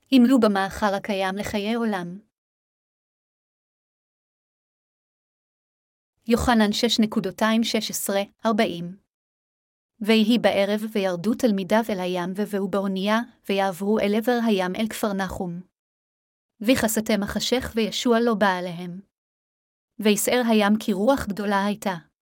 עמלו במאכל הקיים לחיי עולם. יוחנן 6:16-40 ויהי בערב וירדו תלמידיו אל הים ובאו באונייה, ויעברו אל עבר הים אל כפרנחום. וכסתם החשך וישוע לא בא אליהם. ויסער הים כי רוח גדולה הייתה.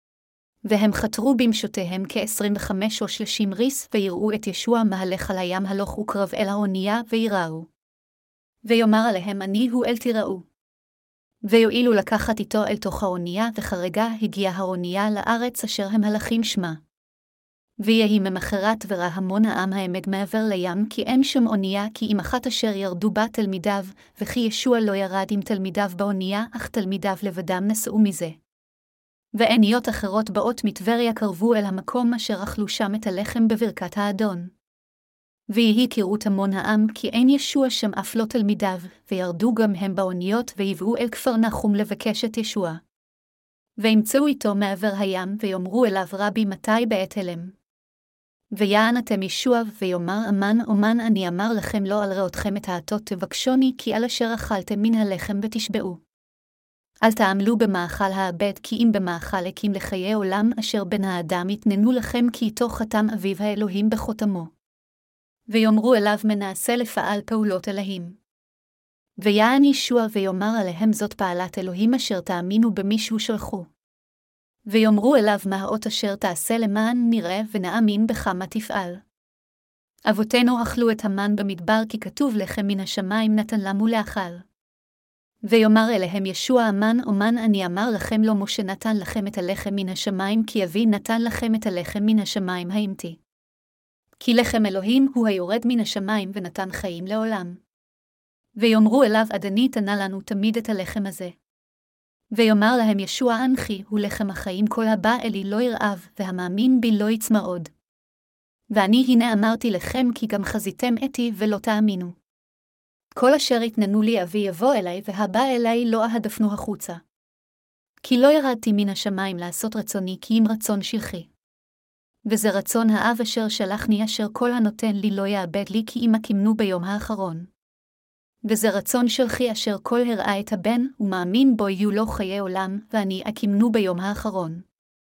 והם חתרו במשותיהם 25 או 30 ריס, ויראו את ישוע מהלך על הים הלוך וקרב אל האונייה, ויראו. ויאמר עליהם אני הוא אל תיראו. ויועילו לקחת איתו אל תוך האונייה, וכרגע הגיעה האונייה לארץ אשר הם הלכים שמה. ויהי ממחרת וראה המון העם העמד מעבר לים, כי אין שם אונייה, כי אם אחת אשר ירדו בה תלמידיו, וכי ישוע לא ירד עם תלמידיו באונייה, אך תלמידיו לבדם נסעו מזה. ואניות אחרות באות מטבריה קרבו אל המקום אשר אכלו שם את הלחם בברכת האדון. ויהי כראות המון העם, כי אין ישוע שם אף לא תלמידיו, וירדו גם הם באוניות, ויבאו אל כפרנחום לבקש את ישוע. וימצאו איתו מעבר הים, ויאמרו אליו רבי מתי בעת הלם. ויען אתם ישוע, ויאמר אמן אמן אני אמר לכם לא אלרה אתכם את העתות תבקשוני, כי על אשר אכלתם מן הלחם ותשבעו. אל תעמלו במאכל האבד, כי אם במאכל הקים לחיי עולם אשר בן האדם יתננו לכם, כי איתו חתם אביו האלוהים בחותמו. ויאמרו אליו מנעשה לפעל פעולות אלוהים. ויען ישוע ויאמר עליהם זאת פעלת אלוהים אשר תאמינו במי שהוא שלחו. ויאמרו אליו מה האות אשר תעשה למען נראה ונאמין בך מה תפעל. אבותינו אכלו את המן במדבר, כי כתוב לחם מן השמיים נתן לנו לאכל. ויאמר אליהם ישוע אמן אמן אני אמר לכם לא משה נתן לכם את הלחם מן השמיים, כי אבי נתן לכם את הלחם מן השמיים האמתי. כי לחם אלוהים הוא היורד מן השמיים ונתן חיים לעולם. ויאמרו אליו אדני תנה לנו תמיד את הלחם הזה. ויאמר להם ישוע אנכי הוא לחם החיים, כל הבא אלי לא ירעב, והמאמין בי לא יצמא עוד. ואני הנה אמרתי לכם כי גם חזיתם אתי ולא תאמינו. כל אשר יתננו לי אבי יבוא אליי, והבא אליי לא אהדפנו החוצה. כי לא ירדתי מן השמיים לעשות רצוני, כי אם רצון שלחי. וזה רצון האב אשר שלחני, אשר כל הנותן לי לא יאבד לי, כי אם אקימנו ביום האחרון. וזה רצון שלחי אשר כל הראה את הבן, ומאמין בו יהיו לו חיי עולם, ואני אקימנו ביום האחרון.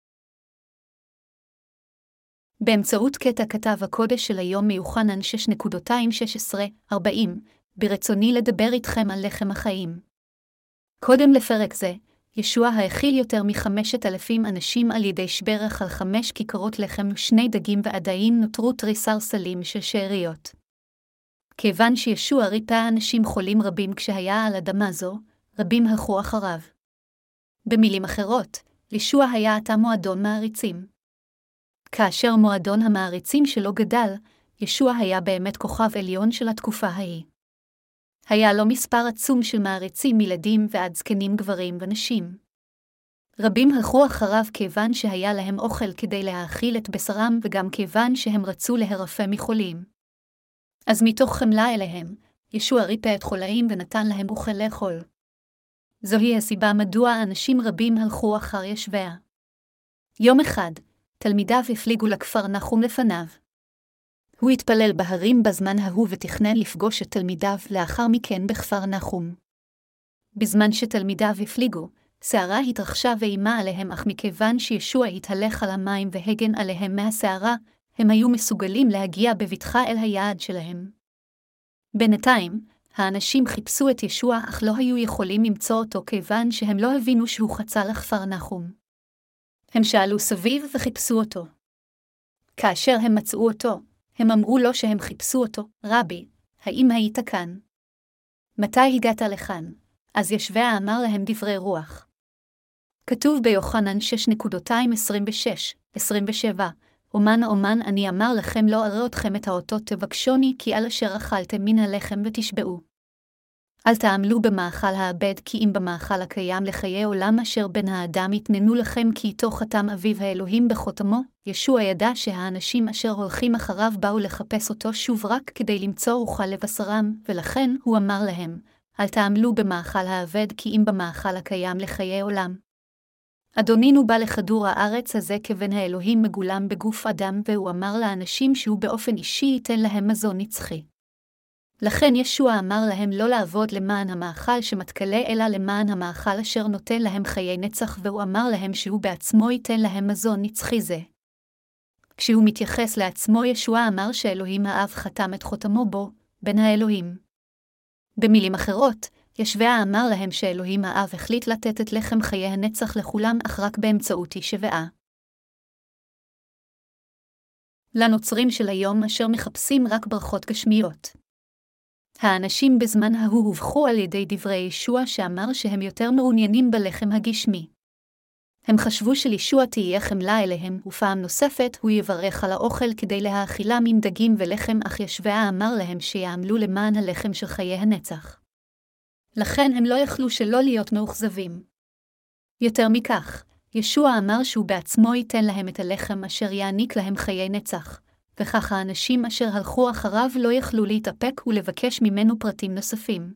באמצעות קטע כתב הקודש של היום מיוחנן 6:16-40, ברצוני לדבר איתכם על לחם החיים. קודם לפרק זה, ישוע האכיל יותר מ5,000 אנשים על ידי שברך על 5 כיכרות לחם, 2 דגים ועדיין נותרו תריסר סלים של שאריות. כיוון שישוע ריפא אנשים חולים רבים כשהיה על אדמה זו, רבים הלכו אחריו. במילים אחרות, ישוע היה עתה מועדון מעריצים. כאשר מועדון המעריצים שלו גדל, ישוע היה באמת כוכב עליון של התקופה ההיא. היה לו מספר עצום של מעריצים מילדים ועד זקנים גברים ונשים. רבים הלכו אחריו כיוון שהיה להם אוכל כדי להאכיל את בשרם וגם כיוון שהם רצו להירפא מחולים. אז מתוך חמלה אליהם, ישוע ריפא את חולאים ונתן להם אוכל לאכול. זוהי הסיבה מדוע אנשים רבים הלכו אחר ישוע. יום אחד, תלמידיו הפליגו לכפרנחום לפניו. הוא התפלל בהרים בזמן ההוא ותכנן לפגוש את תלמידיו לאחר מכן בכפרנחום. בזמן שתלמידיו הפליגו, סערה התרחשה ואימה עליהם, אך מכיוון שישוע התהלך על המים והגן עליהם מהסערה, הם היו מסוגלים להגיע בבטחה אל היעד שלהם. בינתיים, האנשים חיפשו את ישוע אך לא היו יכולים למצוא אותו כיוון שהם לא הבינו שהוא חצה לכפרנחום. הם שאלו סביב וחיפשו אותו. כאשר הם מצאו אותו, הם אמרו לו שהם חיפשו אותו, רבי, האם היית כאן? מתי הגעת לכאן? אז ישוע אמר להם דברי רוח. כתוב ביוחנן 6:26-27, אומן אומן אני אמר לכם לא אראה אתכם את האותות תבקשוני, כי על אשר אכלתם מן הלחם ותשבעו. אל תעמלו במאכל האבד, כי אם במאכל הקיים לחיי עולם אשר בן האדם יתננו לכם, כי איתו חתם אביו האלוהים בחותמו. ישוע ידע שהאנשים אשר הולכים אחריו באו לחפש אותו שוב רק כדי למצוא אוכל לבשרם, ולכן הוא אמר להם, אל תעמלו במאכל האבד, כי אם במאכל הקיים לחיי עולם. אדונינו בא לכדור הארץ הזה כבן האלוהים מגולם בגוף אדם, והוא אמר לאנשים שהוא באופן אישי ייתן להם מזון נצחי. לכן ישוע אמר להם לא לעבוד למען המאכל שמתכלה, אלא למען המאכל אשר נותן להם חיי נצח, והוא אמר להם שהוא בעצמו ייתן להם מזון נצחי זה. כשהוא מתייחס לעצמו, ישוע אמר שאלוהים האב חתם את חותמו בו, בן האלוהים. במילים אחרות, ישוע אמר להם שאלוהים האב החליט לתת את לחם חיי הנצח לכולם, אך רק באמצעות ישוע. לנוצרים של היום אשר מחפשים רק ברכות גשמיות. האנשים בזמן ההוא הובכו על ידי דברי ישוע שאמר שהם יותר מעוניינים בלחם הגשמי. הם חשבו שלישוע תהיה חמלה אליהם, ופעם נוספת הוא יברך על האוכל כדי להאכילם עם דגים ולחם, אך ישוע אמר להם שיעמלו למען הלחם של חיי הנצח. לכן הם לא יכלו שלא להיות מאוכזבים. יותר מכך, ישוע אמר שהוא בעצמו ייתן להם את הלחם אשר יעניק להם חיי נצח, וכך האנשים אשר הלכו אחריו לא יכלו להתאפק ולבקש ממנו פרטים נוספים.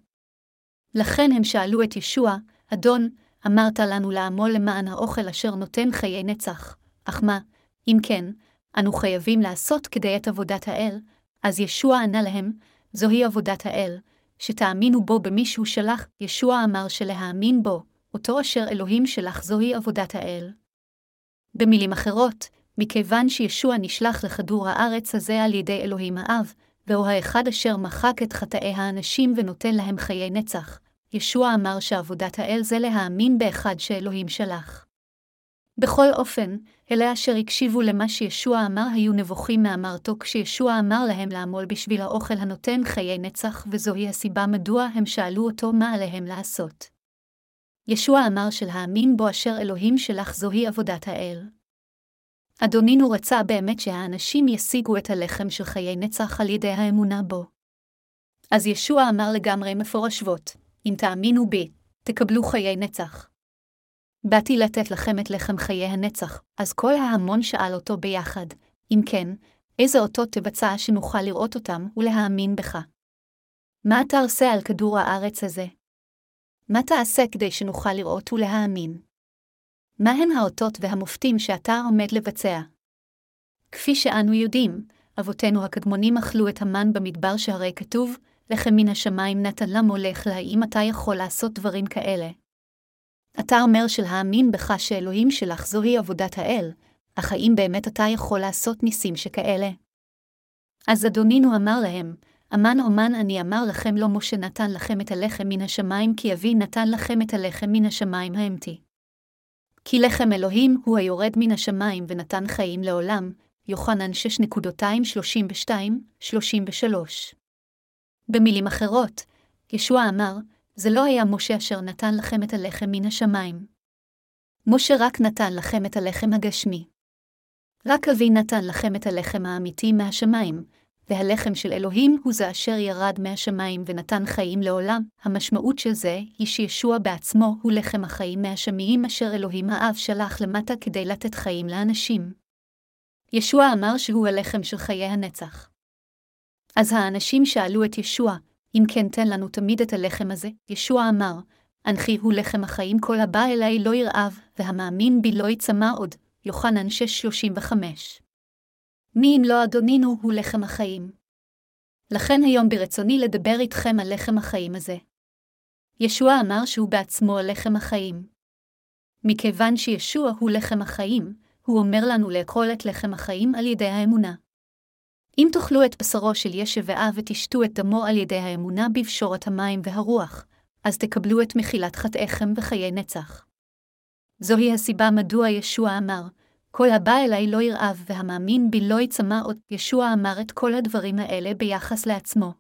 לכן הם שאלו את ישוע, אדון, אמרת לנו לעמול למען האוכל אשר נותן חיי נצח, אך מה, אם כן, אנו חייבים לעשות כדי את עבודת האל? אז ישוע ענה להם, זוהי עבודת האל, שתאמינו בו במי שהוא שלח. ישוע אמר שלהאמין בו, אותו אשר אלוהים שלח, זוהי עבודת האל. במילים אחרות, מכיוון שישוע נשלח לכדור הארץ הזה על ידי אלוהים האב, והוא האחד אשר מחק את חטאי האנשים ונותן להם חיי נצח, ישוע אמר שעבודת האל זה להאמין באחד שאלוהים שלח. בכל אופן, אלה אשר הקשיבו למה שישוע אמר היו נבוכים מאמרתו כשישוע אמר להם לעמול בשביל האוכל הנותן חיי נצח, וזוהי הסיבה מדוע הם שאלו אותו מה עליהם לעשות. ישוע אמר שלהאמין בו אשר אלוהים שלח זוהי עבודת האל. אדונינו רצה באמת שהאנשים ישיגו את הלחם של חיי נצח על ידי האמונה בו. אז ישוע אמר לגמרי מפורשות, אם תאמינו בי, תקבלו חיי נצח. באתי לתת לכם את לחם חיי הנצח, אז כל ההמון שאל אותו ביחד, אם כן, איזה אותות תבצע שנוכל לראות אותם ולהאמין בך? מה אתה עושה על כדור הארץ הזה? מה תעשה כדי שנוכל לראות ולהאמין? מהן האותות והמופתים שאתה עומד לבצע? כפי שאנו יודעים, אבותינו הקדמונים אכלו את המן במדבר, שהרי כתוב, לחם מן השמיים נתן למולך. האם אתה יכול לעשות דברים כאלה? אתה אומר שלהאמין בך שאלוהים שלך זוהי עבודת האל, אך האם באמת אתה יכול לעשות ניסים שכאלה? אז אדונינו אמר להם, אמן אומן אני אמר לכם, לא משה נתן לכם את הלחם מן השמיים, כי אבי נתן לכם את הלחם מן השמיים האמתי. כי לחם אלוהים הוא היורד מן השמיים ונתן חיים לעולם. יוחנן 6:32-33. במילים אחרות, ישוע אמר, זה לא היה משה אשר נתן לכם את הלחם מן השמיים. משה רק נתן לכם את הלחם הגשמי. רק אבי נתן לכם את הלחם האמיתי מהשמיים, והלחם של אלוהים הוא זה אשר ירד מהשמיים ונתן חיים לעולם. המשמעות של זה היא שישוע בעצמו הוא לחם החיים מהשמיים אשר אלוהים האב שלח למטה כדי לתת חיים לאנשים. ישוע אמר שהוא הלחם של חיי הנצח. אז האנשים שאלו את ישוע, אם כן תן לנו תמיד את הלחם הזה. ישוע אמר, אנכי הוא לחם החיים, כל הבא אליי לא ירעב, והמאמין בי לא יצמא עוד. יוחנן 6:35. מי אם לא אדונינו הוא לחם החיים? לכן היום ברצוני לדבר איתכם על לחם החיים הזה. ישוע אמר שהוא בעצמו הלחם החיים. מכיוון שישוע הוא לחם החיים, הוא אומר לנו לאכול את לחם החיים על ידי האמונה. אם תאכלו את בשרו של ישוע ותשתו את דמו על ידי האמונה בפשורת המים והרוח, אז תקבלו את מחילת חטאיכם וחיי נצח. זוהי הסיבה מדוע ישוע אמר, כל הבא אליי לא ירעב והמאמין בי לא יצמא עוד. ישוע אמר את כל הדברים האלה ביחס לעצמו.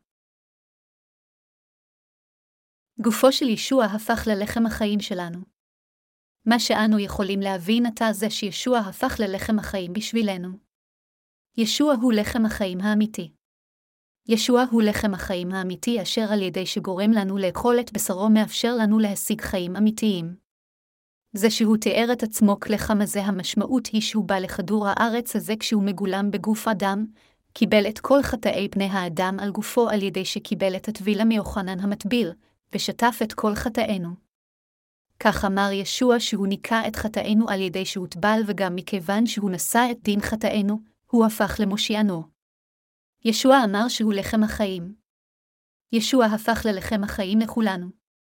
גופו של ישוע הפך ללחם החיים שלנו. מה שאנו יכולים להבין עתה זה שישוע הפך ללחם החיים בשבילנו. ישוע הוא לחם החיים האמיתי. ישוע הוא לחם החיים האמיתי אשר על ידי שגורם לנו לאכול את בשרו מאפשר לנו להשיג חיים אמיתיים. זה שהוא תיאר את עצמו כלחם הזה, המשמעות היא שהוא בא לכדור הארץ הזה כשהוא מגולם בגוף אדם, קיבל את כל חטאי בני האדם על גופו על ידי שקיבל את הטבילה מיוחנן המטביל, ושטף את כל חטאינו. כך אמר ישוע שהוא ניקה את חטאינו על ידי שהוטבל, וגם מכיוון שהוא נשא את דין חטאינו, הוא הפך למושיענו. ישוע אמר שהוא לחם החיים. ישוע הפך ללחם החיים לכולנו.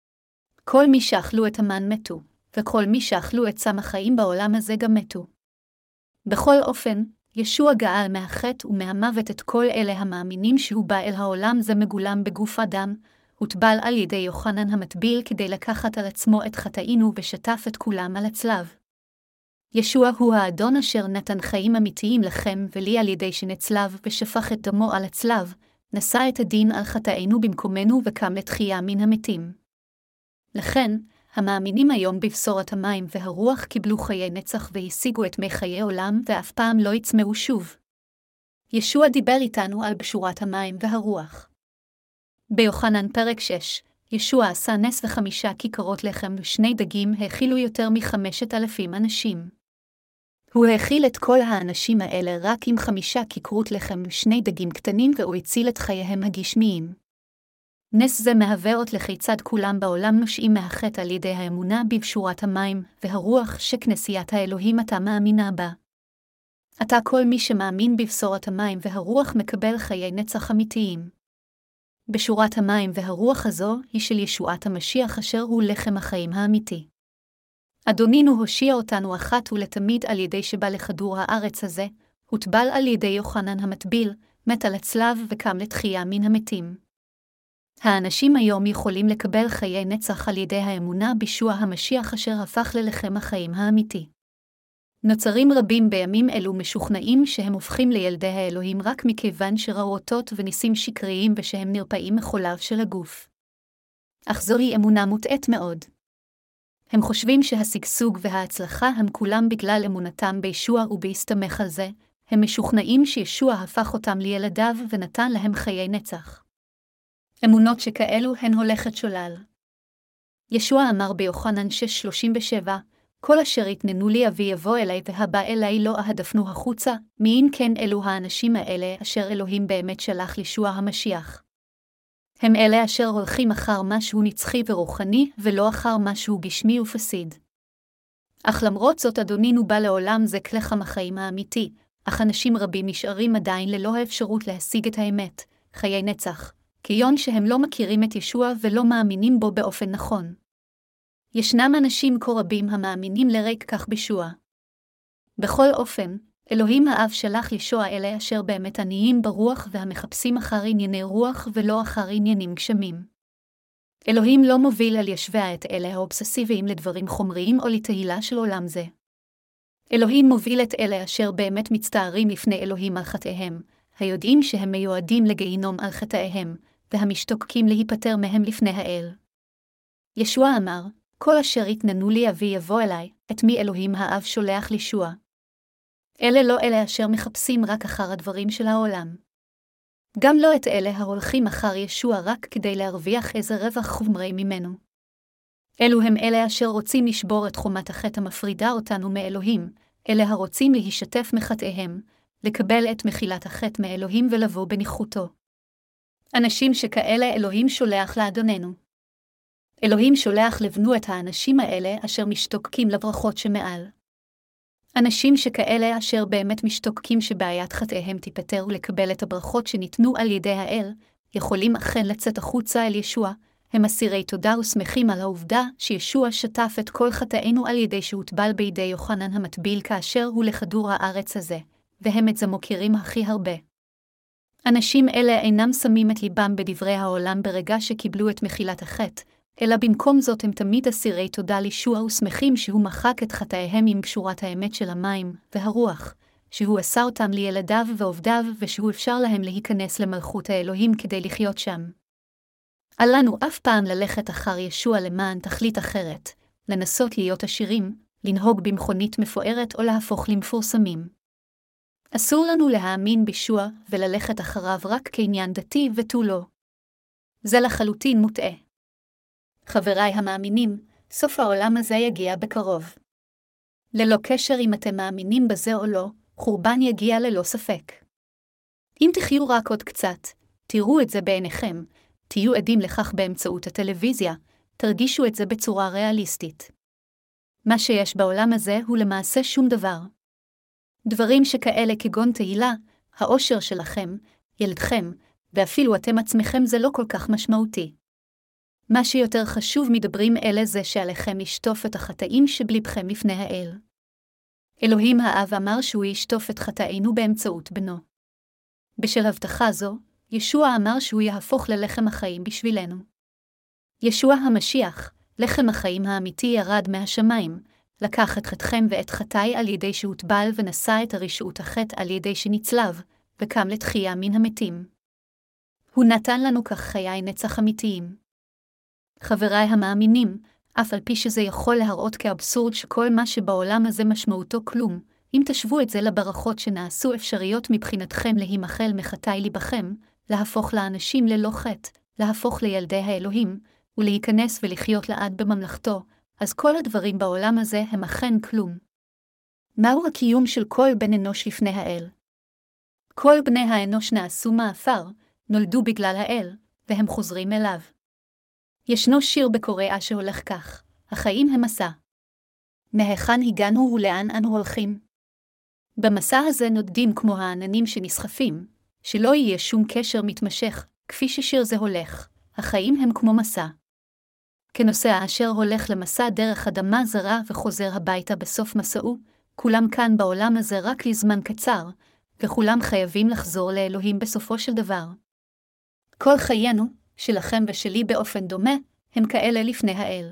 כל מי שאכלו את המן מתו, וכל מי שאכלו את סם החיים בעולם הזה גם מתו. בכל אופן, ישוע גאל מהחטא ומהמוות את כל אלה המאמינים שהוא בא אל העולם זה מגולם בגוף אדם, הוטבל על ידי יוחנן המטביל כדי לקחת על עצמו את חטאינו ושטף את כולם על הצלב. ישוע הוא האדון אשר נתן חיים אמיתיים לכם ולי על ידי שנצלב ושפך את דמו על הצלב, נשא את הדין על חטאינו במקומנו וקם לתחייה מן המתים. לכן, המאמינים היום בבשורת המים והרוח קיבלו חיי נצח והשיגו את מי חיי עולם ואף פעם לא יצמאו שוב. ישוע דיבר איתנו על בשורת המים והרוח. ביוחנן פרק 6, ישוע עשה נס ו5 כיכרות לחם ו2 דגים האכילו יותר מ5,000 אנשים. הוא האכיל את כל האנשים האלה רק עם 5 כיכרות לחם ו2 דגים קטנים והוא הציל את חייהם הגשמיים. נס זה מהווה אות לכיצד כולם בעולם נושעים מהחטא על ידי האמונה בבשורת המים והרוח שכנסיית האלוהים אתה מאמינה בה. עתה כל מי שמאמין בבשורת המים והרוח מקבל חיי נצח אמיתיים. בשורת המים והרוח הזו היא של ישועת המשיח אשר הוא לחם החיים האמיתי. אדונינו הושיע אותנו אחת ולתמיד על ידי שבא לכדור הארץ הזה, הוטבל על ידי יוחנן המטביל, מת על הצלב וקם לתחייה מן המתים. האנשים היום יכולים לקבל חיי נצח על ידי האמונה בישוע המשיח אשר הפך ללחם החיים האמיתי. נוצרים רבים בימים אלו משוכנעים שהם הופכים לילדי האלוהים רק מכיוון שראו אותות וניסים שקריים ושהם נרפאים מחוליו של הגוף. אך זוהי אמונה מוטעית מאוד. הם חושבים שהשגשוג וההצלחה הם כולם בגלל אמונתם בישוע ובהסתמך על זה, הם משוכנעים שישוע הפך אותם לילדיו ונתן להם חיי נצח. אמונות שכאלו הן הולכת שולל. ישוע אמר ביוחנן 6:37, כל אשר יתננו לי אבי יבוא אלי והבא אלי לא אהדפנו החוצה, מי אם כן אלו האנשים האלה אשר אלוהים באמת שלח לישוע המשיח. הם אלה אשר הולכים אחר משהו נצחי ורוחני ולא אחר משהו גשמי ופסיד. אך למרות זאת אדונינו בא לעולם זה כלחם החיים האמיתי, אך אנשים רבים נשארים עדיין ללא האפשרות להשיג את האמת, חיי נצח, כיון שהם לא מכירים את ישוע ולא מאמינים בו באופן נכון. ישנם אנשים כה רבים המאמינים לריק כך בישוע. בכל אופן, אלוהים האב שלח ישוע אלה אשר באמת עניים ברוח והמחפשים אחר ענייני רוח ולא אחר עניינים גשמים. אלוהים לא מוביל על ישביה את אלה האובססיביים לדברים חומריים או לתהילה של עולם זה. אלוהים מוביל את אלה אשר באמת מצטערים לפני אלוהים על חטאיהם, היודעים שהם מיועדים לגיהינום על חטאיהם, והמשתוקקים להיפטר מהם לפני האל. ישוע אמר, כל אשר יתננו לי אבי יבוא אליי, את מי אלוהים האב שולח לישוע. אלה לא אלה אשר מחפשים רק אחר הדברים של העולם. גם לא את אלה ההולכים אחר ישוע רק כדי להרוויח איזה רווח חומרי ממנו. אלו הם אלה אשר רוצים לשבור את חומת החטא המפרידה אותנו מאלוהים, אלה הרוצים להישטף מחטאיהם, לקבל את מחילת החטא מאלוהים ולבוא בניחותו. אנשים שכאלה אלוהים שולח לאדוננו. אלוהים שולח לבנו את האנשים האלה אשר משתוקקים לברכות שמעל. אנשים שכאלה אשר באמת משתוקקים שבעיית חטאיהם תיפטר ולקבל את הברכות שניתנו על ידי האל, יכולים אכן לצאת החוצה אל ישוע, הם אסירי תודה ושמחים על העובדה שישוע שטף את כל חטאינו על ידי שהוטבל בידי יוחנן המטביל כאשר הוא לכדור הארץ הזה, והם את זה מוכירים הכי הרבה. אנשים אלה אינם שמים את ליבם בדברי העולם ברגע שקיבלו את מחילת החטא, אלא במקום זאת הם תמיד אסירי תודה לישוע ושמחים שהוא מחק את חטאיהם עם בשורת האמת של המים והרוח, שהוא עשה אותם לילדיו ועובדיו ושהוא אפשר להם להיכנס למלכות האלוהים כדי לחיות שם. אל לנו אף פעם ללכת אחר ישוע למען תכלית אחרת, לנסות להיות עשירים, לנהוג במכונית מפוארת או להפוך למפורסמים. אסור לנו להאמין בישוע וללכת אחריו רק כעניין דתי ותו לא. זה לחלוטין מוטעה. חבריי המאמינים, סוף העולם הזה יגיע בקרוב. ללא קשר אם אתם מאמינים בזה או לא, חורבן יגיע ללא ספק. אם תחיו רק עוד קצת, תראו את זה בעיניכם, תהיו עדים לכך באמצעות הטלוויזיה, תרגישו את זה בצורה ריאליסטית. מה שיש בעולם הזה הוא למעשה שום דבר. דברים שכאלה כגון תהילה, האושר שלכם, ילדכם, ואפילו אתם עצמכם זה לא כל כך משמעותי. מה שיותר חשוב מדברים אלה זה שעליכם לשטוף את החטאים שבליבכם לפני האל. אלוהים האב אמר שהוא ישטוף את חטאינו באמצעות בנו. בשל הבטחה זו, ישוע אמר שהוא יהפוך ללחם החיים בשבילנו. ישוע המשיח, לחם החיים האמיתי ירד מהשמיים, לקח את חטאכם ואת חטאי על ידי שהוטבל ונשא את הרשעות החטא על ידי שנצלב, וקם לתחייה מן המתים. הוא נתן לנו כך חיי נצח אמיתיים. חבריי המאמינים, אף על פי שזה יכול להראות כאבסורד שכל מה שבעולם הזה משמעותו כלום, אם תשוו את זה לברכות שנעשו אפשריות מבחינתכם להימחל מחטאי ליבכם, להפוך לאנשים ללא חטא, להפוך לילדי האלוהים, ולהיכנס ולחיות לעד בממלכתו, אז כל הדברים בעולם הזה הם אכן כלום. מהו הקיום של כל בן אנוש לפני האל? כל בני האנוש נעשו מעפר, נולדו בגלל האל, והם חוזרים אליו. ישנו שיר בקוריאה שהולך כך, החיים הם מסע. מהיכן הגענו ולאן אנו הולכים? במסע הזה נודדים כמו העננים שנסחפים, שלא יהיה שום קשר מתמשך, כפי ששיר זה הולך, החיים הם כמו מסע. כנוסע אשר הולך למסע דרך אדמה זרה וחוזר הביתה בסוף מסעו, כולם כאן בעולם הזה רק לזמן קצר, וכולם חייבים לחזור לאלוהים בסופו של דבר. כל חיינו, שלכם ושלי באופן דומה, הם כאלה לפני האל.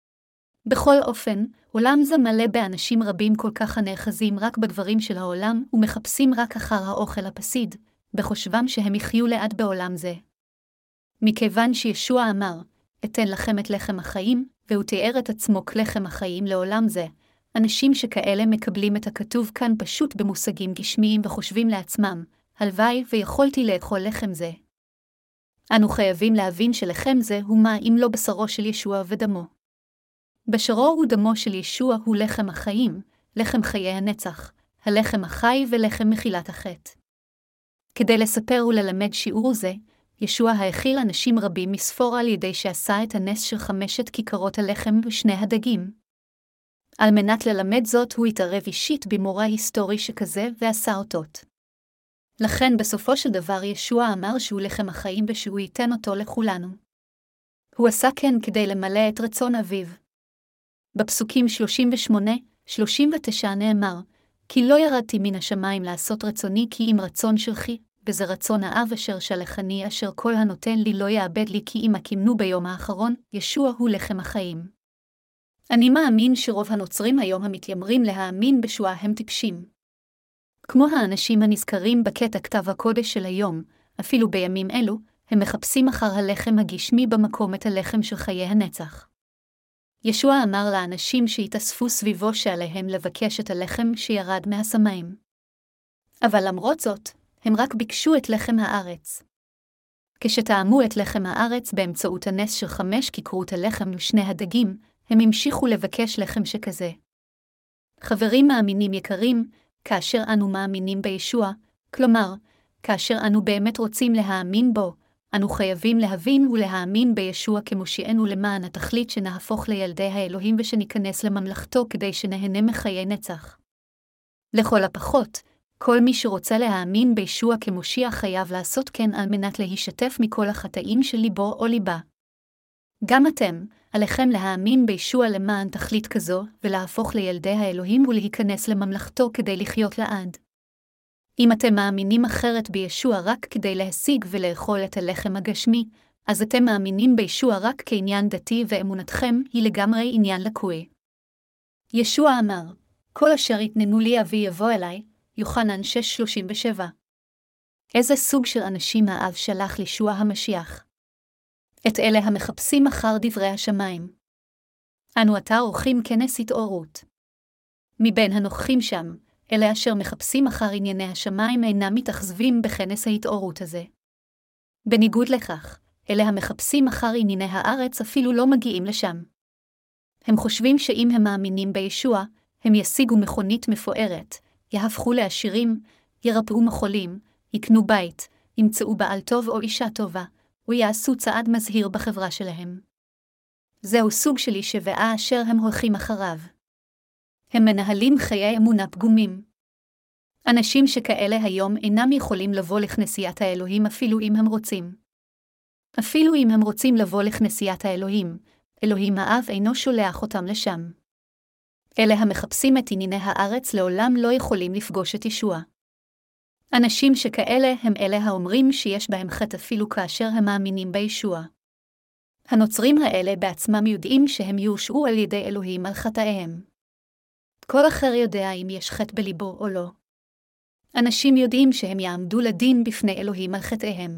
בכל אופן, עולם זה מלא באנשים רבים כל כך הנאחזים רק בדברים של העולם ומחפשים רק אחר האוכל הפסיד, בחושבם שהם יחיו לעד בעולם זה. מכיוון שישוע אמר, אתן לכם את לחם החיים, והוא תיאר את עצמו כלחם החיים לעולם זה, אנשים שכאלה מקבלים את הכתוב כאן פשוט במושגים גשמיים וחושבים לעצמם, הלוואי ויכולתי לאכול לחם זה. אנו חייבים להבין שלחם זה הוא מה אם לא בשרו של ישוע ודמו. בשרו ודמו של ישוע הוא לחם החיים, לחם חיי הנצח, הלחם החי ולחם מחילת החטא. כדי לספר וללמד שיעור זה, ישוע האכיל אנשים רבים מספור על ידי שעשה את הנס של 5 כיכרות הלחם ו2 הדגים. על מנת ללמד זאת הוא התערב אישית במורא היסטורי שכזה ועשה אותות. לכן בסופו של דבר ישוע אמר שהוא לחם החיים ושהוא ייתן אותו לכולנו. הוא עשה כן כדי למלא את רצון אביו. בפסוקים 38-39 נאמר, כי לא ירדתי מן השמיים לעשות רצוני כי אם רצון שלכי, וזה רצון האב אשר שלחני אשר כל הנותן לי לא יאבד לי כי אם הקימנו ביום האחרון, ישוע הוא לחם החיים. אני מאמין שרוב הנוצרים היום המתיימרים להאמין בישוע הם טיפשים. כמו האנשים הנזכרים בקטע כתב הקודש של היום, אפילו בימים אלו, הם מחפשים אחר הלחם הגשמי במקום את הלחם של חיי הנצח. ישוע אמר לאנשים שהתאספו סביבו שעליהם לבקש את הלחם שירד מהשמיים. אבל למרות זאת, הם רק ביקשו את לחם הארץ. כשטעמו את לחם הארץ באמצעות הנס של 5 כיכרות הלחם ו2 הדגים, הם המשיכו לבקש לחם שכזה. חברים מאמינים יקרים, כאשר אנו מאמינים בישוע, כלומר, כאשר אנו באמת רוצים להאמין בו, אנו חייבים להבין ולהאמין בישוע כמושיענו למען התכלית שנהפוך לילדי האלוהים ושניכנס לממלכתו כדי שנהנה מחיי נצח. לכל הפחות, כל מי שרוצה להאמין בישוע כמושיע חייב לעשות כן על מנת להישתף מכל החטאים של ליבו או ליבה. גם אתם, עליכם להאמין בישוע למען תכלית כזו ולהפוך לילדי האלוהים ולהיכנס לממלכתו כדי לחיות לעד. אם אתם מאמינים אחרת בישוע רק כדי להשיג ולאכול את הלחם הגשמי, אז אתם מאמינים בישוע רק כעניין דתי ואמונתכם היא לגמרי עניין לקוי. ישוע אמר, כל אשר יתננו לי אבי יבוא אליי, יוחנן 6:37. איזה סוג של אנשים האב שלח לישוע המשיח? את אלה המחפשים אחר דברי השמיים. אנו עתה עורכים כנס התעוררות. מבין הנוכחים שם, אלה אשר מחפשים אחר ענייני השמיים אינם מתאכזבים בכנס ההתעוררות הזה. בניגוד לכך, אלה המחפשים אחר ענייני הארץ אפילו לא מגיעים לשם. הם חושבים שאם הם מאמינים בישוע, הם ישיגו מכונית מפוארת, יהפכו לעשירים, ירפאו מחולים, יקנו בית, ימצאו בעל טוב או אישה טובה, ויעשו צעד מזהיר בחברה שלהם. זהו סוג של אישבעה אשר הם הולכים אחריו. הם מנהלים חיי אמונה פגומים. אנשים שכאלה היום אינם יכולים לבוא לכנסיית האלוהים אפילו אם הם רוצים. אפילו אם הם רוצים לבוא לכנסיית האלוהים, אלוהים האב אינו שולח אותם לשם. אלה המחפשים את ענייני הארץ לעולם לא יכולים לפגוש את ישוע. אנשים שכאלה הם אלה האומרים שיש בהם חטא אפילו כאשר הם מאמינים בישוע. הנוצרים האלה בעצמם יודעים שהם יושעו על ידי אלוהים על חטאיהם. כל אחר יודע אם יש חטא בליבו או לא. אנשים יודעים שהם יעמדו לדין בפני אלוהים על חטאיהם.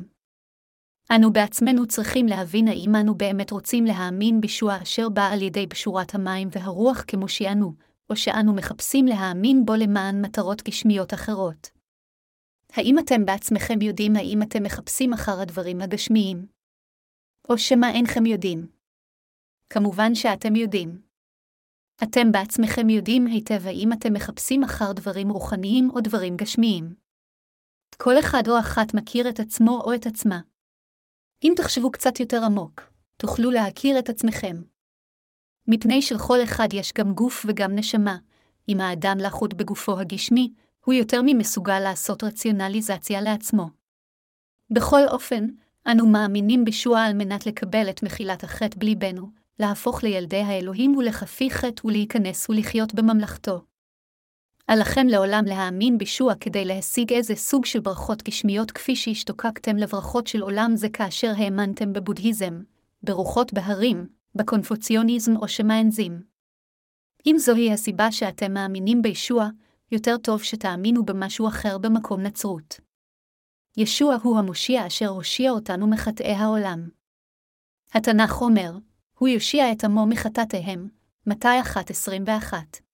אנו בעצמנו צריכים להבין האם אנו באמת רוצים להאמין בישוע אשר בא על ידי בשורת המים והרוח כמושיענו, או שאנו מחפשים להאמין בו למען מטרות גשמיות אחרות. האם אתם בעצמכם יודעים האם אתם מחפשים אחר הדברים הגשמיים? או שמה אינכם יודעים? כמובן שאתם יודעים. אתם בעצמכם יודעים היטב האם אתם מחפשים אחר דברים רוחניים או דברים גשמיים. כל אחד או אחת מכיר את עצמו או את עצמה. אם תחשבו קצת יותר עמוק, תוכלו להכיר את עצמכם. מפני שלכל אחד יש גם גוף וגם נשמה. אם האדם לחוד בגופו הגשמי, הוא יותר ממסוגל לעשות רציונליזציה לעצמו. בכל אופן, אנו מאמינים בישוע על מנת לקבל את מחילת החטא בליבנו, להפוך לילדי האלוהים ולחפי חטא ולהיכנס ולחיות בממלכתו. עליכם לעולם להאמין בישוע כדי להשיג איזה סוג של ברכות גשמיות כפי שהשתוקקתם לברכות של עולם זה כאשר האמנתם בבודהיזם, ברוחות בהרים, בקונפוציוניזם או שמאנזים. אם זוהי הסיבה שאתם מאמינים בישוע, יותר טוב שתאמינו במשהו אחר במקום נצרות. ישוע הוא המושיע אשר הושיע אותנו מחטאי העולם. התנ"ך אומר, הוא יושיע את עמו מחטאיהם, מתי 1:21.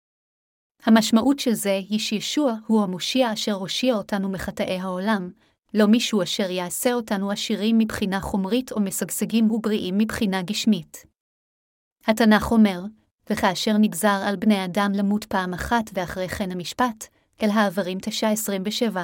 המשמעות של זה היא שישוע הוא המושיע אשר הושיע אותנו מחטאי העולם, לא מישהו אשר יעשה אותנו עשירים מבחינה חומרית או משגשגים ובריאים מבחינה גשמית. התנ"ך אומר, וכאשר נגזר על בני אדם למות פעם אחת ואחרי כן המשפט, אל העברים 9:27.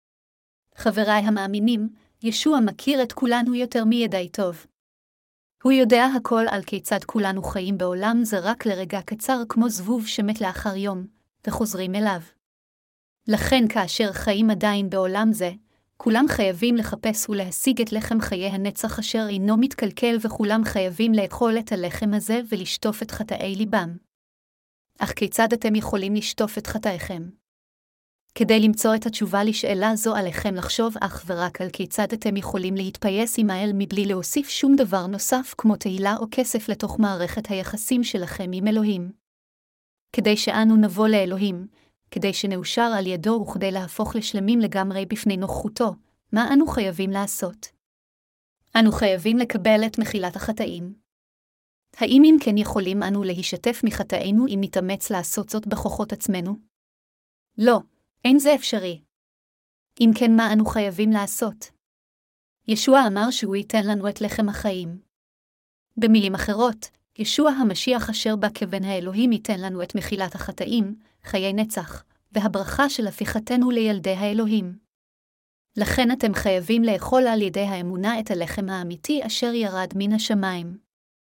חבריי המאמינים, ישוע מכיר את כולנו יותר מידי טוב. הוא יודע הכל על כיצד כולנו חיים בעולם זה רק לרגע קצר כמו זבוב שמת לאחר יום, וחוזרים אליו. לכן כאשר חיים עדיין בעולם זה, כולם חייבים לחפש ולהשיג את לחם חיי הנצח אשר אינו מתקלקל וכולם חייבים לאכול את הלחם הזה ולשטוף את חטאי ליבם. אך כיצד אתם יכולים לשטוף את חטאיכם? כדי למצוא את התשובה לשאלה זו עליכם לחשוב אך ורק על כיצד אתם יכולים להתפייס עמאל מבלי להוסיף שום דבר נוסף כמו תהילה או כסף לתוך מערכת היחסים שלכם עם אלוהים. כדי שאנו נבוא לאלוהים, כדי שנאושר על ידו וכדי להפוך לשלמים לגמרי בפני נוכחותו, מה אנו חייבים לעשות? אנו חייבים לקבל את מחילת החטאים. האם אם כן יכולים אנו להשתף מחטאינו אם נתאמץ לעשות זאת בכוחות עצמנו? לא, אין זה אפשרי. אם כן מה אנו חייבים לעשות? ישוע אמר שהוא ייתן לנו את לחם החיים. במילים אחרות, ישוע המשיח אשר בא כבן האלוהים ייתן לנו את מחילת החטאים, חיי נצח, והברכה של הפיכתנו לילדי האלוהים. לכן אתם חייבים לאכול על ידי האמונה את הלחם האמיתי אשר ירד מן השמיים.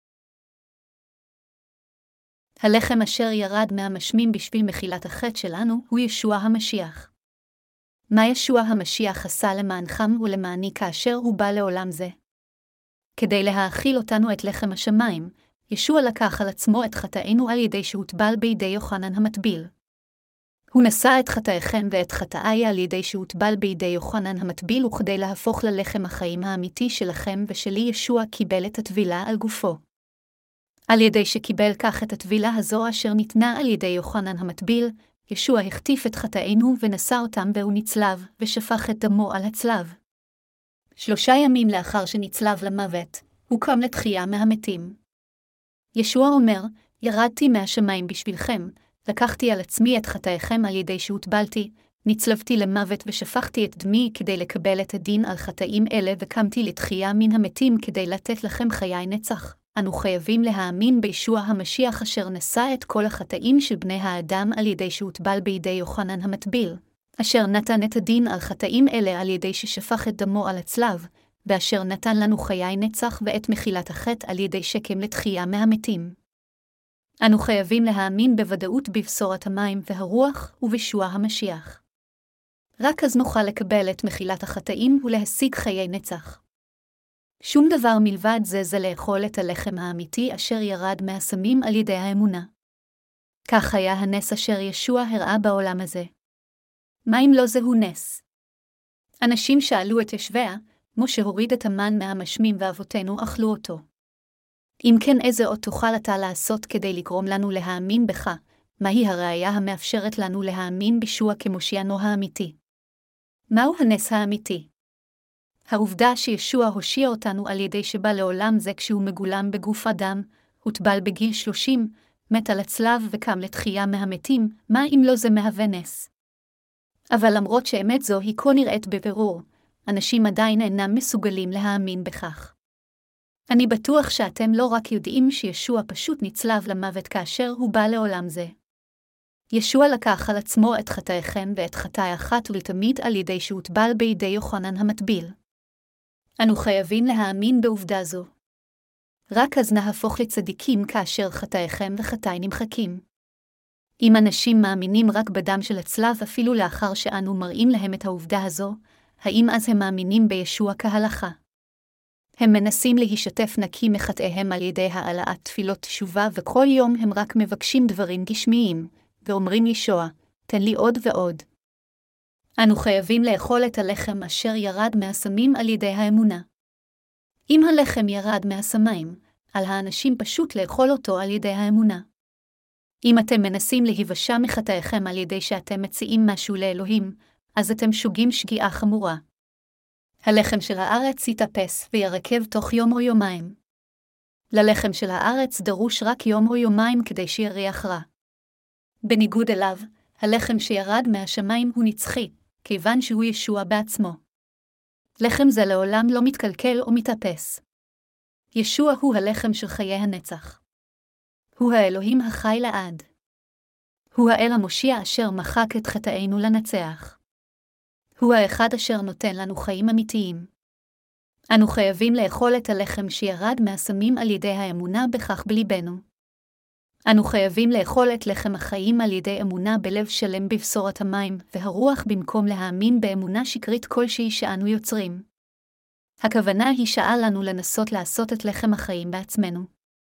הלחם אשר ירד מהמשמים בשביל מחילת החטא שלנו הוא ישוע המשיח. מה ישוע המשיח עשה למענכם ולמעני כאשר הוא בא לעולם זה? כדי להאכיל אותנו את לחם השמיים, ישוע לקח על עצמו את חטאינו על ידי שהוטבל בידי יוחנן המטביל. הוא נשא את חטאיכם ואת חטאי על ידי שהוטבל בידי יוחנן המטביל וכדי להפוך ללחם החיים האמיתי שלכם ושלי ישוע קיבל את הטבילה על גופו. על ידי שקיבל כך את הטבילה הזו אשר ניתנה על ידי יוחנן המטביל, ישוע החטיף את חטאינו ונשא אותם והוא נצלב ושפך את דמו על הצלב. 3 ימים לאחר שנצלב למוות, הוא קם לתחייה מהמתים. ישוע אומר, ירדתי מהשמיים בשבילכם, לקחתי על עצמי את חטאיכם על ידי שהוטבלתי, נצלבתי למוות ושפכתי את דמי כדי לקבל את הדין על חטאים אלה וקמתי לתחייה מן המתים כדי לתת לכם חיי נצח. אנו חייבים להאמין בישוע המשיח אשר נשא את כל החטאים של בני האדם על ידי שהוטבל בידי יוחנן המטביל, אשר נתן את הדין על חטאים אלה על ידי ששפך את דמו על הצלב, ואשר נתן לנו חיי נצח ואת מחילת החטא על ידי שקם לתחייה מהמתים. אנו חייבים להאמין בוודאות בבשורת המים והרוח ובישוע המשיח. רק אז נוכל לקבל את מחילת החטאים ולהשיג חיי נצח. שום דבר מלבד זה לאכול את הלחם האמיתי אשר ירד מהסמים על ידי האמונה. כך היה הנס אשר ישוע הראה בעולם הזה. מה אם לא זהו נס? אנשים שאלו את ישביה, משה הוריד את המן מהמשמים ואבותינו אכלו אותו. אם כן, איזה עוד תוכל אתה לעשות כדי לגרום לנו להאמין בך? מהי הראיה המאפשרת לנו להאמין בישוע כמושיענו האמיתי? מהו הנס האמיתי? העובדה שישוע הושיע אותנו על ידי שבא לעולם זה כשהוא מגולם בגוף אדם, הוטבל בגיל 30, מת על הצלב וקם לתחייה מהמתים, מה אם לא זה מהווה נס? אבל למרות שאמת זו היא כה נראית בבירור, אנשים עדיין אינם מסוגלים להאמין בכך. אני בטוח שאתם לא רק יודעים שישוע פשוט נצלב למוות כאשר הוא בא לעולם זה. ישוע לקח על עצמו את חטאיכם ואת חטאי אחת ולתמיד על ידי שהוטבל בידי יוחנן המטביל. אנו חייבים להאמין בעובדה זו. רק אז נהפוך לצדיקים כאשר חטאיכם וחטאי נמחקים. אם אנשים מאמינים רק בדם של הצלב אפילו לאחר שאנו מראים להם את העובדה הזו, האם אז הם מאמינים בישוע כהלכה? הם מנסים להישטף נקי מחטאיהם על ידי העלאת תפילות תשובה וכל יום הם רק מבקשים דברים גשמיים, ואומרים ישוע, תן לי עוד ועוד. אנו חייבים לאכול את הלחם אשר ירד מהסמים על ידי האמונה. אם הלחם ירד מהשמיים, על האנשים פשוט לאכול אותו על ידי האמונה. אם אתם מנסים להיוושע מחטאיכם על ידי שאתם מציעים משהו לאלוהים, אז אתם שוגים שגיאה חמורה. הלחם של הארץ יתאפס וירקב תוך יום או יומיים. ללחם של הארץ דרוש רק יום או יומיים כדי שיריח רע. בניגוד אליו, הלחם שירד מהשמיים הוא נצחי, כיוון שהוא ישוע בעצמו. לחם זה לעולם לא מתקלקל או מתאפס. ישוע הוא הלחם של חיי הנצח. הוא האלוהים החי לעד. הוא האל המושיע אשר מחק את חטאינו לנצח. הוא האחד אשר נותן לנו חיים אמיתיים. אנו חייבים לאכול את הלחם שירד מהסמים על ידי האמונה בכך בליבנו. אנו חייבים לאכול את לחם החיים על ידי אמונה בלב שלם בבשורת המים והרוח במקום להאמין באמונה שקרית כלשהי שאנו יוצרים. הכוונה היא שעה לנו לנסות לעשות את לחם החיים בעצמנו.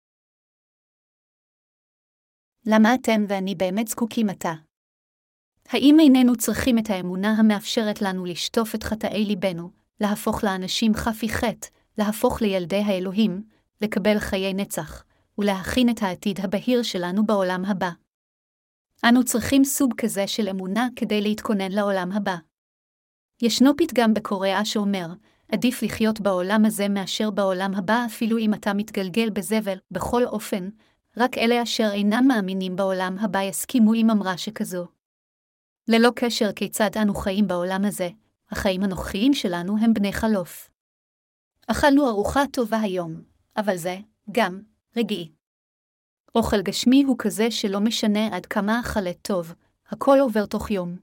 למה אתם ואני באמת זקוקים עתה? האם איננו צריכים את האמונה המאפשרת לנו לשטוף את חטאי ליבנו, להפוך לאנשים חפי חטא, להפוך לילדי האלוהים, לקבל חיי נצח, ולהכין את העתיד הבהיר שלנו בעולם הבא? אנו צריכים סוג כזה של אמונה כדי להתכונן לעולם הבא. ישנו פתגם בקוריאה שאומר, עדיף לחיות בעולם הזה מאשר בעולם הבא אפילו אם אתה מתגלגל בזבל, בכל אופן, רק אלה אשר אינם מאמינים בעולם הבא יסכימו עם אמרה שכזו. ללא קשר כיצד אנו חיים בעולם הזה, החיים הנוכחיים שלנו הם בני חלוף. אכלנו ארוחה טובה היום, אבל זה, גם, רגעי. אוכל גשמי הוא כזה שלא משנה עד כמה אכלת טוב, הכל עובר תוך יום.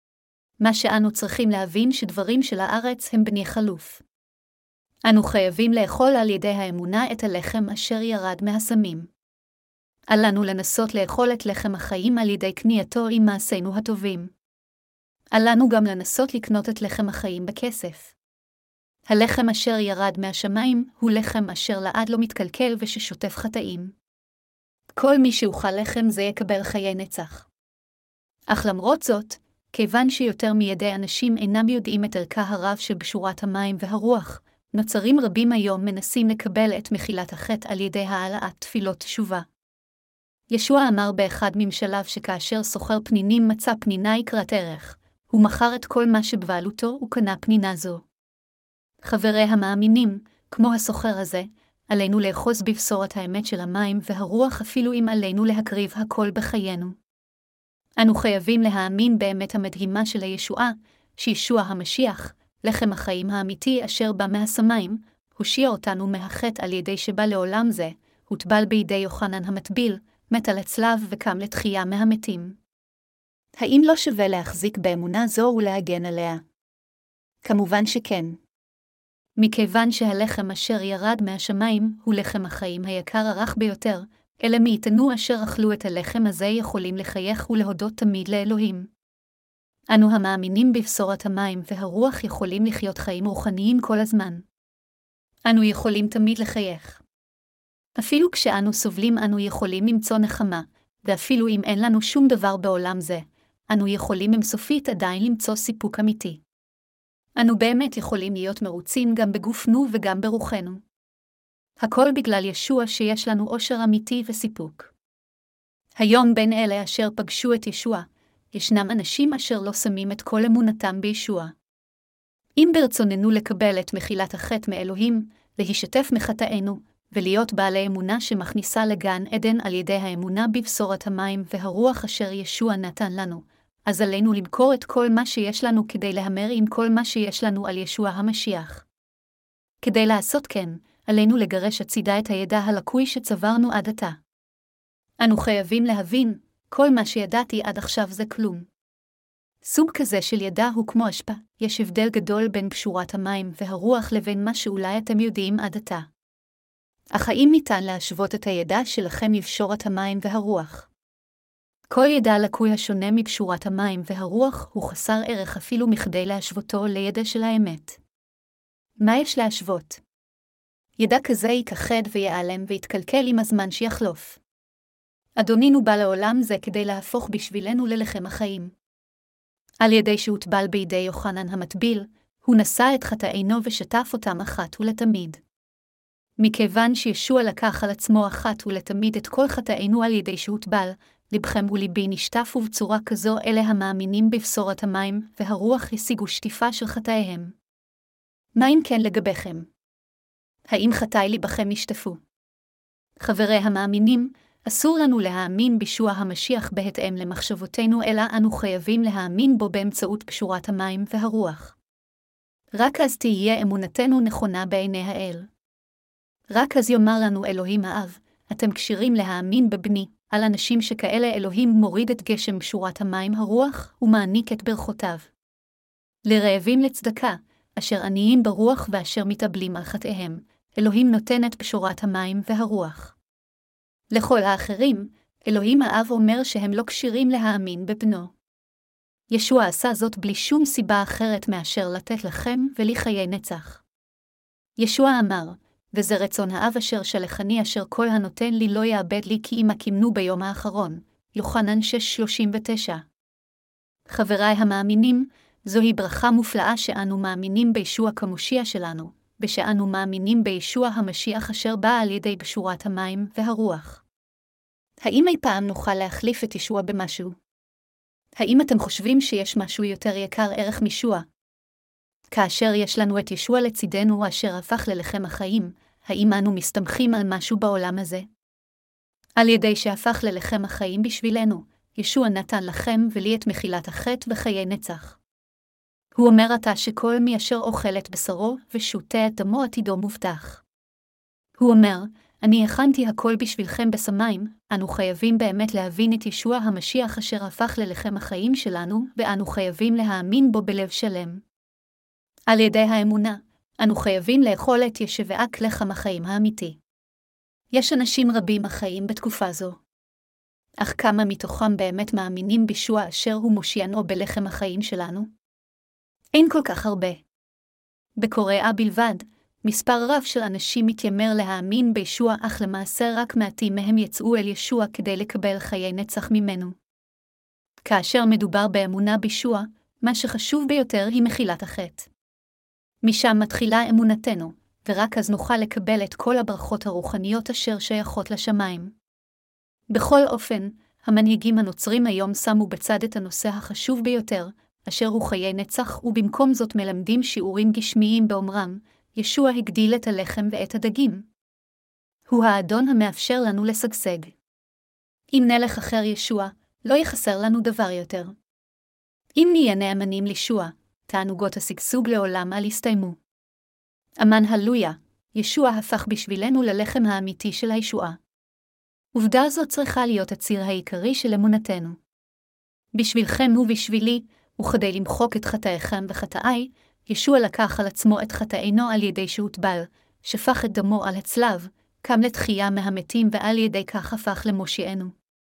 מה שאנו צריכים להבין שדברים של הארץ הם בני חלוף. אנו חייבים לאכול על ידי האמונה את הלחם אשר ירד מהסמים. אל לנו לנסות לאכול את לחם החיים על ידי קנייתו עם מעשינו הטובים. אל לנו גם לנסות לקנות את לחם החיים בכסף. הלחם אשר ירד מהשמיים הוא לחם אשר לעד לא מתקלקל וששוטף חטאים. כל מי שאוכל לחם זה יקבל חיי נצח. אך למרות זאת, כיוון שיותר מידי אנשים אינם יודעים את ערכה הרב של בשורת המים והרוח, נוצרים רבים היום מנסים לקבל את מחילת החטא על ידי העלאת תפילות תשובה. ישוע אמר באחד ממשליו שכאשר סוחר פנינים מצא פנינה יקרת ערך, הוא מכר את כל מה שבבעלותו וקנה פנינה זו. חברי המאמינים, כמו הסוחר הזה, עלינו לאחוז בבשורת האמת של המים והרוח אפילו אם עלינו להקריב הכל בחיינו. אנו חייבים להאמין באמת המדהימה של הישועה, שישוע המשיח, לחם החיים האמיתי אשר בא מהשמיים, הושיע אותנו מהחטא על ידי שבא לעולם זה, הוטבל בידי יוחנן המטביל, מת על הצלב וקם לתחייה מהמתים. האם לא שווה להחזיק באמונה זו ולהגן עליה? כמובן שכן. מכיוון שהלחם אשר ירד מהשמיים הוא לחם החיים היקר הרך ביותר, אלה מאיתנו אשר אכלו את הלחם הזה יכולים לחייך ולהודות תמיד לאלוהים. אנו המאמינים בבשורת המים והרוח יכולים לחיות חיים רוחניים כל הזמן. אנו יכולים תמיד לחייך. אפילו כשאנו סובלים אנו יכולים למצוא נחמה, ואפילו אם אין לנו שום דבר בעולם זה, אנו יכולים אינסופית עדיין למצוא סיפוק אמיתי. אנו באמת יכולים להיות מרוצים גם בגופנו וגם ברוחנו. הכל בגלל ישוע שיש לנו אושר אמיתי וסיפוק. היום בין אלה אשר פגשו את ישוע, ישנם אנשים אשר לא שמים את כל אמונתם בישוע. אם ברצוננו לקבל את מחילת החטא מאלוהים, להשתף מחטאינו, ולהיות בעלי אמונה שמכניסה לגן עדן על ידי האמונה בבשורת המים והרוח אשר ישוע נתן לנו, אז עלינו למכור את כל מה שיש לנו כדי להמר עם כל מה שיש לנו על ישוע המשיח. כדי לעשות כן, עלינו לגרש הצידה את הידע הלקוי שצברנו עד עתה. אנו חייבים להבין, כל מה שידעתי עד עכשיו זה כלום. סוג כזה של ידע הוא כמו אשפה, יש הבדל גדול בין פשורת המים והרוח לבין מה שאולי אתם יודעים עד עתה. אך האם ניתן להשוות את הידע שלכם מבשורת המים והרוח? כל ידע לקוי השונה מבשורת המים והרוח הוא חסר ערך אפילו מכדי להשוותו לידע של האמת. מה יש להשוות? ידע כזה ייכחד ויעלם ויתקלקל עם הזמן שיחלוף. אדונינו בא לעולם זה כדי להפוך בשבילנו ללחם החיים. על ידי שהוטבל בידי יוחנן המטביל, הוא נשא את חטאינו ושטף אותם אחת ולתמיד. מכיוון שישוע לקח על עצמו אחת ולתמיד את כל חטאינו על ידי שהוטבל, לבכם וליבי נשטף ובצורה כזו אלה המאמינים בבשורת המים והרוח השיגו שטיפה של חטאיהם. מה אם כן לגביכם? האם חטאי ליבכם נשטפו? חברי המאמינים, אסור לנו להאמין בישוע המשיח בהתאם למחשבותינו, אלא אנו חייבים להאמין בו באמצעות פשורת המים והרוח. רק אז תהיה אמונתנו נכונה בעיני האל. רק אז יאמר לנו אלוהים האב, אתם כשירים להאמין בבני, על אנשים שכאלה אלוהים מוריד את גשם פשורת המים הרוח ומעניק את ברכותיו. לרעבים לצדקה, אשר עניים ברוח ואשר מתאבלים על חטאיהם, אלוהים נותן את פשורת המים והרוח. לכל האחרים, אלוהים האב אומר שהם לא כשירים להאמין בבנו. ישוע עשה זאת בלי שום סיבה אחרת מאשר לתת לכם ולי חיי נצח. ישוע אמר, וזה רצון האב אשר שלחני אשר כל הנותן לי לא יאבד לי כי אם הקימנו ביום האחרון. יוחנן 6:39. חבריי המאמינים, זוהי ברכה מופלאה שאנו מאמינים בישוע כמושיע שלנו, ושאנו מאמינים בישוע המשיח אשר בא על ידי פשורת המים והרוח. האם אי פעם נוכל להחליף את ישוע במשהו? האם אתם חושבים שיש משהו יותר יקר ערך מישוע? כאשר יש לנו את ישוע לצידנו אשר הפך ללחם החיים, האם אנו מסתמכים על משהו בעולם הזה? על ידי שהפך ללחם החיים בשבילנו, ישוע נתן לכם ולי את מחילת החטא וחיי נצח. הוא אומר עתה שכל מי אשר אוכל את בשרו ושותה את דמו עתידו מובטח. הוא אומר, אני הכנתי הכל בשבילכם בשמיים, אנו חייבים באמת להבין את ישוע המשיח אשר הפך ללחם החיים שלנו, ואנו חייבים להאמין בו בלב שלם. על ידי האמונה, אנו חייבים לאכול את ישבעק לחם החיים האמיתי. יש אנשים רבים החיים בתקופה זו. אך כמה מתוכם באמת מאמינים בישוע אשר הוא מושיענו בלחם החיים שלנו? אין כל כך הרבה. בקוריאה בלבד, מספר רב של אנשים מתיימר להאמין בישוע, אך למעשה רק מעטים מהם יצאו אל ישוע כדי לקבל חיי נצח ממנו. כאשר מדובר באמונה בישוע, מה שחשוב ביותר היא מחילת החטא. משם מתחילה אמונתנו, ורק אז נוכל לקבל את כל הברכות הרוחניות אשר שייכות לשמיים. בכל אופן, המנהיגים הנוצרים היום שמו בצד את הנושא החשוב ביותר, אשר הוא חיי נצח, ובמקום זאת מלמדים שיעורים גשמיים באומרם, ישוע הגדיל את הלחם ואת הדגים. הוא האדון המאפשר לנו לשגשג. אם נלך אחר ישוע, לא יחסר לנו דבר יותר. אם נהיה נאמנים לישוע, תענוגות השגשוג לעולם אל יסתיימו. אמן הללויה, ישוע הפך בשבילנו ללחם האמיתי של הישועה. עובדה זאת צריכה להיות הציר העיקרי של אמונתנו. בשבילכם ובשבילי, וכדי למחוק את חטאיכם וחטאי, ישוע לקח על עצמו את חטאינו על ידי שהוטבל, שפך את דמו על הצלב, קם לתחייה מהמתים ועל ידי כך הפך למושיענו.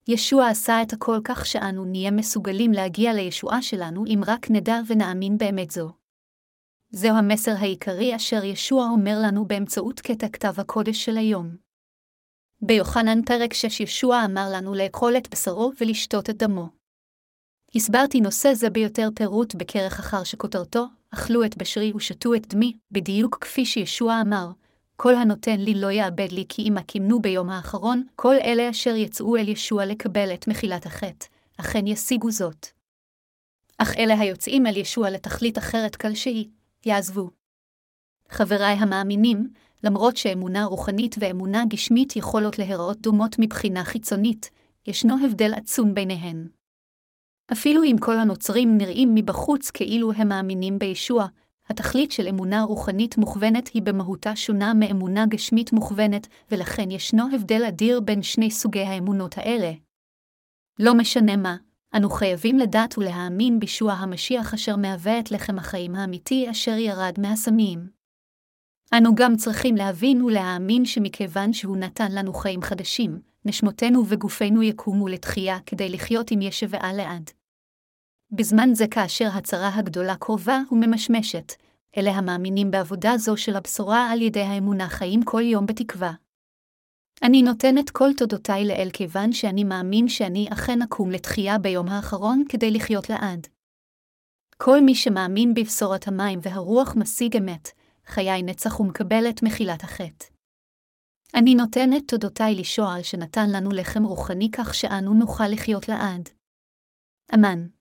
ישוע עשה את הכל כך שאנו נהיה מסוגלים להגיע לישועה שלנו אם רק נדע ונאמין באמת זו. זהו המסר העיקרי אשר ישוע אומר לנו באמצעות קטע כתב הקודש של היום. ביוחנן פרק 6 ישוע אמר לנו לאכול את בשרו ולשתות את דמו. הסברתי נושא זה ביותר פירוט בכרך אחר שכותרתו, אכלו את בשרי ושתו את דמי, בדיוק כפי שישוע אמר, כל הנותן לי לא יאבד לי כי אם הקימנו ביום האחרון, כל אלה אשר יצאו אל ישוע לקבל את מחילת החטא, אכן ישיגו זאת. אך אלה היוצאים אל ישוע לתכלית אחרת כלשהי, יעזבו. חבריי המאמינים, למרות שאמונה רוחנית ואמונה גשמית יכולות להיראות דומות מבחינה חיצונית, ישנו הבדל עצום ביניהן. אפילו אם כל הנוצרים נראים מבחוץ כאילו הם מאמינים בישוע, התכלית של אמונה רוחנית מוכוונת היא במהותה שונה מאמונה גשמית מוכוונת, ולכן ישנו הבדל אדיר בין שני סוגי האמונות האלה. לא משנה מה, אנו חייבים לדעת ולהאמין בישוע המשיח אשר מהווה את לחם החיים האמיתי אשר ירד מהסמים. אנו גם צריכים להבין ולהאמין שמכיוון שהוא נתן לנו חיים חדשים, נשמותינו וגופנו יקומו לתחייה כדי לחיות עם ישוע לעד. בזמן זה כאשר הצרה הגדולה קרובה וממשמשת, אלה המאמינים בעבודה זו של הבשורה על ידי האמונה חיים כל יום בתקווה. אני נותנת כל תודותיי לאל כיוון שאני מאמין שאני אכן אקום לתחייה ביום האחרון כדי לחיות לעד. כל מי שמאמין בבשורת המים והרוח משיג אמת, חיי נצח ומקבל את מחילת החטא. אני נותנת תודותיי לישוע שנתן לנו לחם רוחני כך שאנו נוכל לחיות לעד. אמן.